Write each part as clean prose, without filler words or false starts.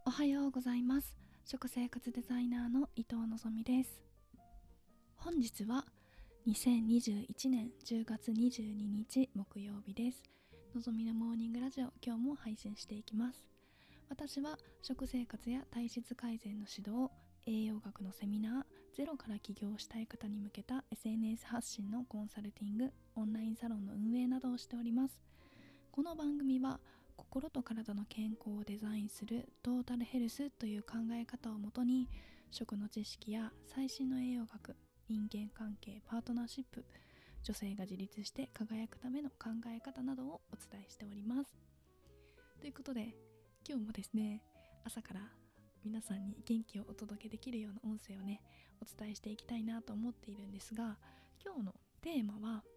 おはようございます。食生活デザイナーの伊藤のぞみです。本日は2021年10月22日木曜日です。のぞみのモーニングラジオ、今日も配信していきます。私は食生活や体質改善の指導、栄養学のセミナー、ゼロから起業したい方に向けた SNS 発信のコンサルティング、オンラインサロンの運営などをしております。この番組は心と体の健康をデザインするトータルヘルスという考え方をもとに、食の知識や最新の栄養学、人間関係、パートナーシップ、女性が自立して輝くための考え方などをお伝えしております。ということで、今日もですね、朝から皆さんに元気をお届けできるような音声をね、お伝えしていきたいなと思っているんですが、今日のテーマは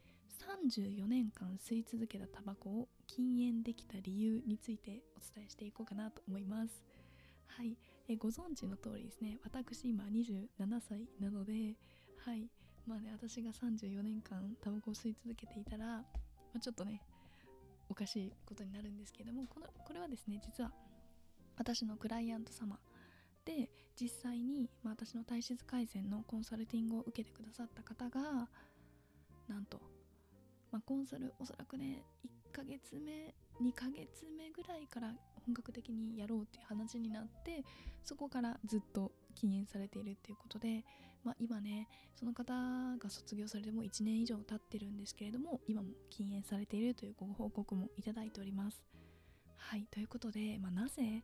34年間吸い続けたタバコを禁煙できた理由についてお伝えしていこうかなと思います。はい、ご存知の通りですね、私今27歳なので、はいまあね、私が34年間タバコを吸い続けていたら、ちょっとねおかしいことになるんですけれども、これはですね、実は私のクライアント様で、実際に、私の体質改善のコンサルティングを受けてくださった方が、なんとコンサルおそらくね1ヶ月目2ヶ月目ぐらいから本格的にやろうっていう話になって、そこからずっと禁煙されているっていうことで、今ねその方が卒業されてもう1年以上経ってるんですけれども、今も禁煙されているというご報告もいただいております。はい、ということで、なぜ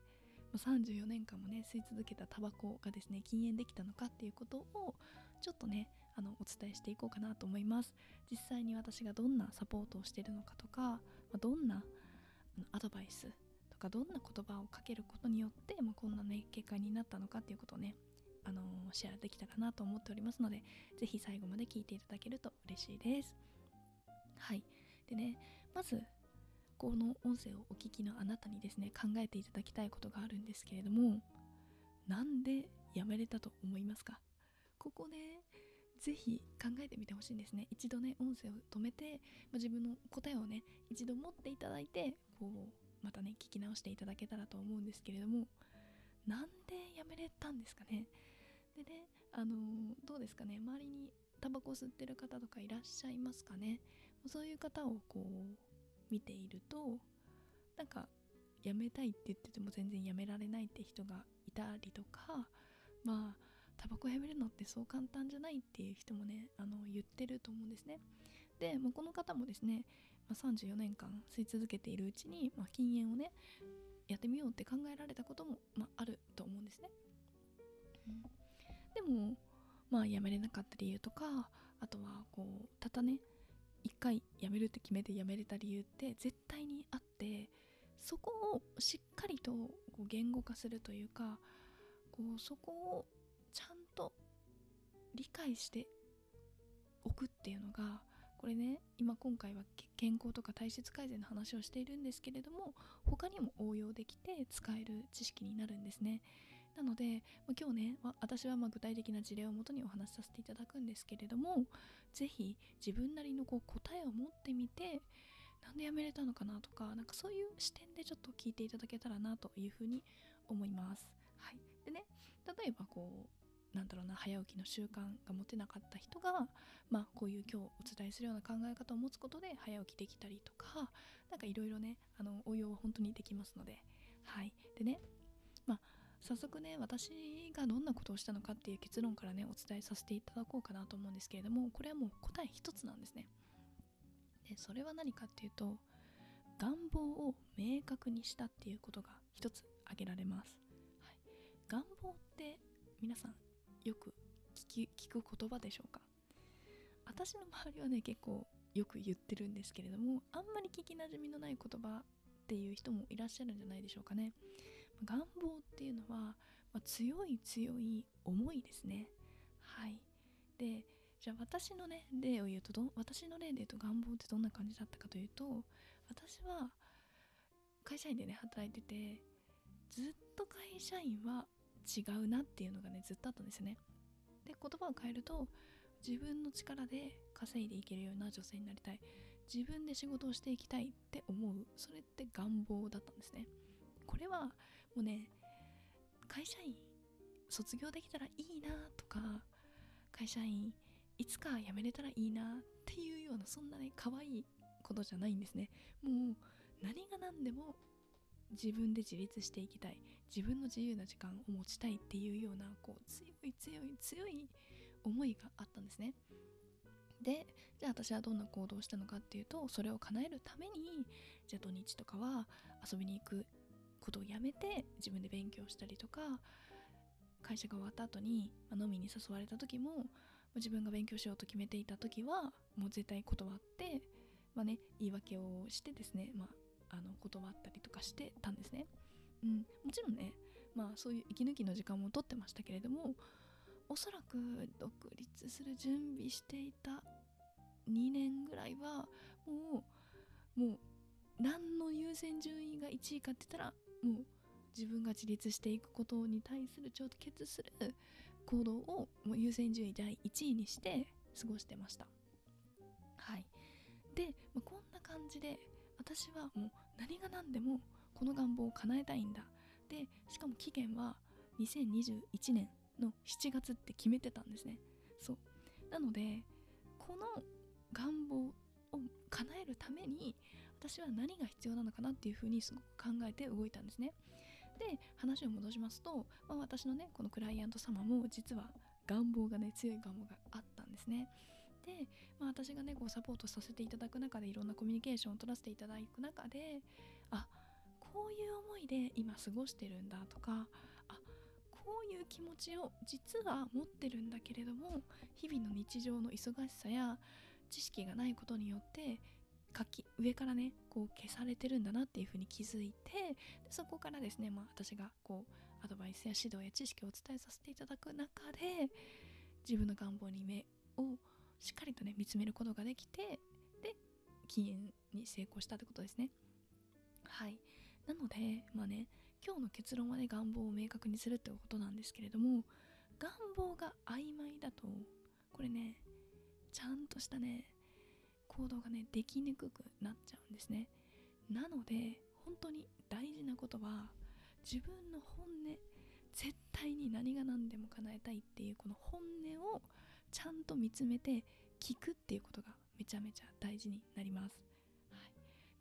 34年間もね吸い続けたタバコがですね禁煙できたのかっていうことをちょっとねお伝えしていこうかなと思います。実際に私がどんなサポートをしているのかとか、どんなアドバイスとか、どんな言葉をかけることによって、こんなね結果になったのかっていうことをねシェアできたらなと思っておりますので、ぜひ最後まで聞いていただけると嬉しいです。はい。でね、まずこの音声をお聞きのあなたにですね、考えていただきたいことがあるんですけれども、なんでやめれたと思いますか？ここね、ぜひ考えてみてほしいんですね。一度ね、音声を止めて、自分の答えをね、一度持っていただいて、またね、聞き直していただけたらと思うんですけれども、なんでやめれたんですかね？でね、どうですかね？周りにタバコ吸ってる方とかいらっしゃいますかね？そういう方を見ていると、なんかやめたいって言ってても全然やめられないって人がいたりとか、タバコやめるのってそう簡単じゃないっていう人もね言ってると思うんですね。でもうこの方もですね、34年間吸い続けているうちに、禁煙をねやってみようって考えられたことも、あると思うんですね。でもやめれなかった理由とか、あとはたったね一回やめるって決めてやめれた理由って絶対にあって、そこをしっかりと言語化するというか、そこをちゃんと理解しておくっていうのが、これね、今回は健康とか体質改善の話をしているんですけれども、他にも応用できて使える知識になるんですね。なので、今日ね、私は具体的な事例をもとにお話しさせていただくんですけれども、ぜひ自分なりの答えを持ってみて、なんでやめれたのかなとか、そういう視点でちょっと聞いていただけたらなというふうに思います。はい。でね、例えば早起きの習慣が持てなかった人が、こういう今日お伝えするような考え方を持つことで早起きできたりとか、いろいろね応用は本当にできますので、はい。でね、早速ね、私がどんなことをしたのかっていう結論からねお伝えさせていただこうかなと思うんですけれども、これはもう答え一つなんですね。でそれは何かっていうと、願望を明確にしたっていうことが一つ挙げられます。はい。願望って皆さんよく聞く言葉でしょうか？私の周りはね結構よく言ってるんですけれども、あんまり聞きなじみのない言葉っていう人もいらっしゃるんじゃないでしょうかね。願望っていうのは、強い強い思いですね。はい。で、じゃあ私のね例を言うと、私の例で言うと願望ってどんな感じだったかというと、私は会社員でね働いてて、ずっと会社員は違うなっていうのがねずっとあったんですよね。で、言葉を変えると、自分の力で稼いでいけるような女性になりたい、自分で仕事をしていきたいって思う、それって願望だったんですね。これはもうね、 会社員卒業できたらいいなとか、会社員いつか辞めれたらいいなっていうような、そんなね可愛いことじゃないんですね。もう何が何でも自分で自立していきたい、自分の自由な時間を持ちたいっていうような、こう強い強い強い思いがあったんですね。で、じゃあ私はどんな行動をしたのかっていうと、それを叶えるために、じゃあ土日とかは遊びに行くことをやめて自分で勉強したりとか、会社が終わった後に、飲みに誘われた時も、自分が勉強しようと決めていた時はもう絶対断って、言い訳をしてですね、断ったりとかしてたんですね。もちろんね、そういう息抜きの時間も取ってましたけれども、おそらく独立する準備していた2年ぐらいはもう何の優先順位が1位かって言ったら、もう自分が自立していくことに対する直結する行動をもう優先順位第1位にして過ごしてました。はい。で、こんな感じで私はもう何が何でもこの願望を叶えたいんだ。で、しかも期限は2021年の7月って決めてたんですね。そう。なので、この願望を叶えるために私は何が必要なのかなっていうふうにすごく考えて動いたんですね。で、話を戻しますと、私のねこのクライアント様も実は願望がね、強い願望があったんですね。で、私がねこうサポートさせていただく中で、いろんなコミュニケーションを取らせていただく中で、こういう思いで今過ごしてるんだとか、こういう気持ちを実は持ってるんだけれども、日々の日常の忙しさや知識がないことによって上からねこう消されてるんだなっていうふうに気づいて、でそこからですね、私がこうアドバイスや指導や知識をお伝えさせていただく中で、自分の願望に目をしっかりとね見つめることができて、で禁煙に成功したってことですね。はい。なので今日の結論はね、願望を明確にするってことなんですけれども、願望が曖昧だと、これねちゃんとしたね行動がねできにくくなっちゃうんですね。なので本当に大事なことは、自分の本音、絶対に何が何でも叶えたいっていうこの本音をちゃんと見つめて聞くっていうことがめちゃめちゃ大事になります。はい。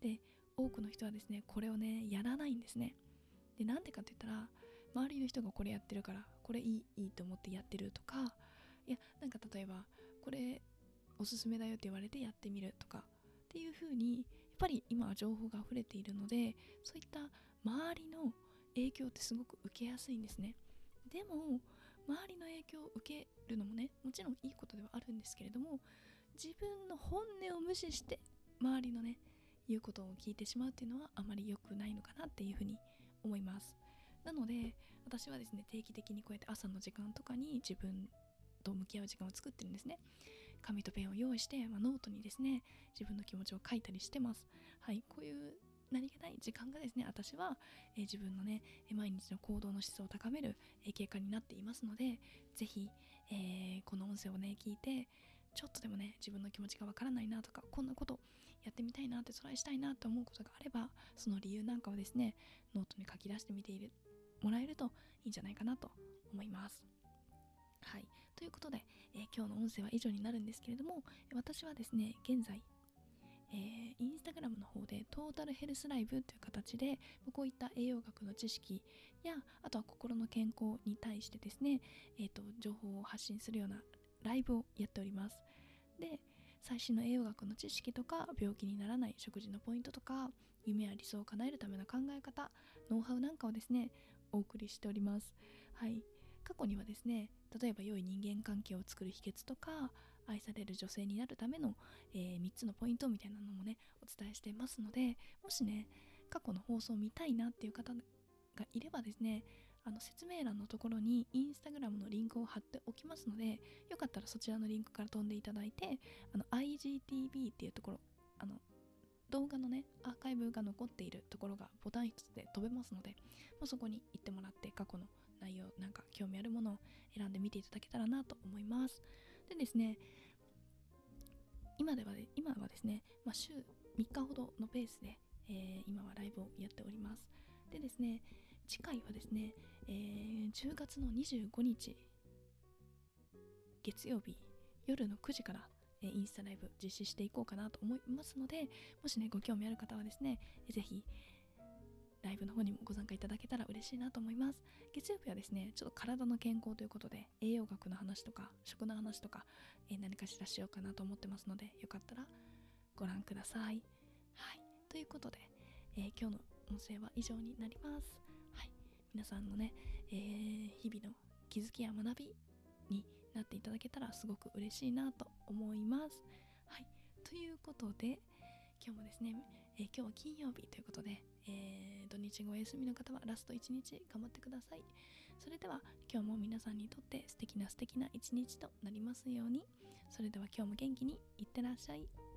で、多くの人はですねこれをねやらないんですね。で、なんでかって言ったら、周りの人がこれやってるからこれいいと思ってやってるとか、いやなんか例えばこれおすすめだよって言われてやってみるとかっていう風に、やっぱり今は情報が溢れているので、そういった周りの影響ってすごく受けやすいんですね。でも周りの影響を受けるのもね、もちろんいいことではあるんですけれども、自分の本音を無視して周りのね言うことを聞いてしまうっていうのはあまり良くないのかなっていうふうに思います。なので私はですね、定期的にこうやって朝の時間とかに自分と向き合う時間を作ってるんですね。紙とペンを用意して、ノートにですね自分の気持ちを書いたりしてます。はい。こういう何気ない時間がですね、私は、自分のね毎日の行動の質を高める、経過になっていますので、ぜひ、この音声をね聞いて、ちょっとでもね自分の気持ちがわからないなとか、こんなことやってみたいなってトライしたいなと思うことがあれば、その理由なんかをですねノートに書き出してみてもらえるといいんじゃないかなと思います。はい。ということで、今日の音声は以上になるんですけれども、私はですね現在、インスタグラムの方でトータルヘルスライブという形で、こういった栄養学の知識や、あとは心の健康に対してですね、情報を発信するようなライブをやっております。で、最新の栄養学の知識とか、病気にならない食事のポイントとか、夢や理想を叶えるための考え方、ノウハウなんかをですねお送りしております。はい。過去にはですね、例えば良い人間関係を作る秘訣とか、愛される女性になるための、3つのポイントみたいなのもねお伝えしてますので、もしね過去の放送を見たいなっていう方がいればですね、説明欄のところにインスタグラムのリンクを貼っておきますので、よかったらそちらのリンクから飛んでいただいて、IGTV っていうところ、動画のねアーカイブが残っているところがボタン一つで飛べますので、もうそこに行ってもらって、過去の内容、なんか興味あるものを選んでみていただけたらなと思います。でですね、今はですね、週3日ほどのペースで、今はライブをやっております。でですね、 次回はですね、10月の25日月曜日夜の9時からインスタライブ実施していこうかなと思いますので、もしねご興味ある方はですね、ぜひライブの方にもご参加いただけたら嬉しいなと思います。月曜日はですね、ちょっと体の健康ということで栄養学の話とか食の話とか、何かしらしようかなと思ってますので、よかったらご覧ください。はい、ということで、今日の音声は以上になります。はい、皆さんのね、日々の気づきや学びになっていただけたらすごく嬉しいなと思います。はい、ということで今日もですね、今日は金曜日ということで、土日がお休みの方はラスト1日頑張ってください。それでは今日も皆さんにとって素敵な一日となりますように。それでは今日も元気にいってらっしゃい。